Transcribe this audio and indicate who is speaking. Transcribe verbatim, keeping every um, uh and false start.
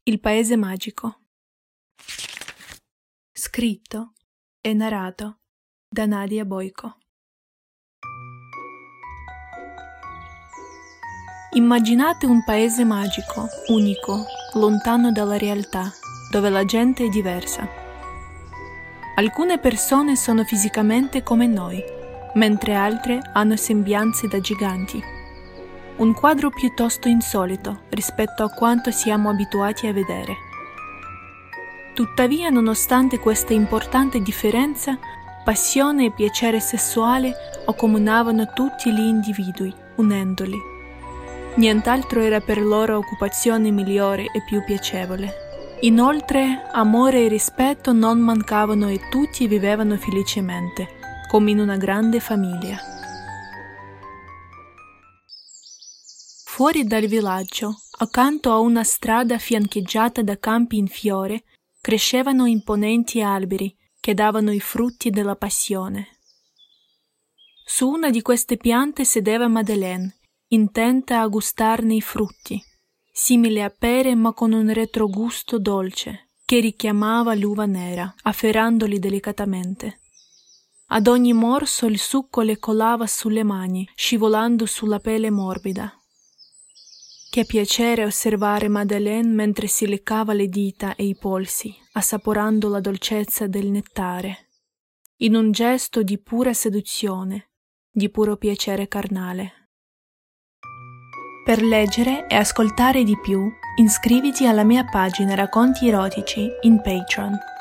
Speaker 1: Il paese magico. Scritto e narrato da Nadia Boyko. Immaginate un paese magico, unico, lontano dalla realtà, dove la gente è diversa. Alcune persone sono fisicamente come noi, mentre altre hanno sembianze da giganti. Un quadro piuttosto insolito rispetto a quanto siamo abituati a vedere. Tuttavia, nonostante questa importante differenza, passione e piacere sessuale accomunavano tutti gli individui, unendoli. Nient'altro era per loro occupazione migliore e più piacevole. Inoltre, amore e rispetto non mancavano e tutti vivevano felicemente, come in una grande famiglia. Fuori dal villaggio, accanto a una strada fiancheggiata da campi in fiore, crescevano imponenti alberi che davano i frutti della passione. Su una di queste piante sedeva Madeleine, intenta a gustarne i frutti, simili a pere ma con un retrogusto dolce, che richiamava l'uva nera, afferrandoli delicatamente. Ad ogni morso il succo le colava sulle mani, scivolando sulla pelle morbida. Che piacere osservare Madeleine mentre si leccava le dita e i polsi, assaporando la dolcezza del nettare, in un gesto di pura seduzione, di puro piacere carnale. Per leggere e ascoltare di più, iscriviti alla mia pagina Racconti Erotici in Patreon.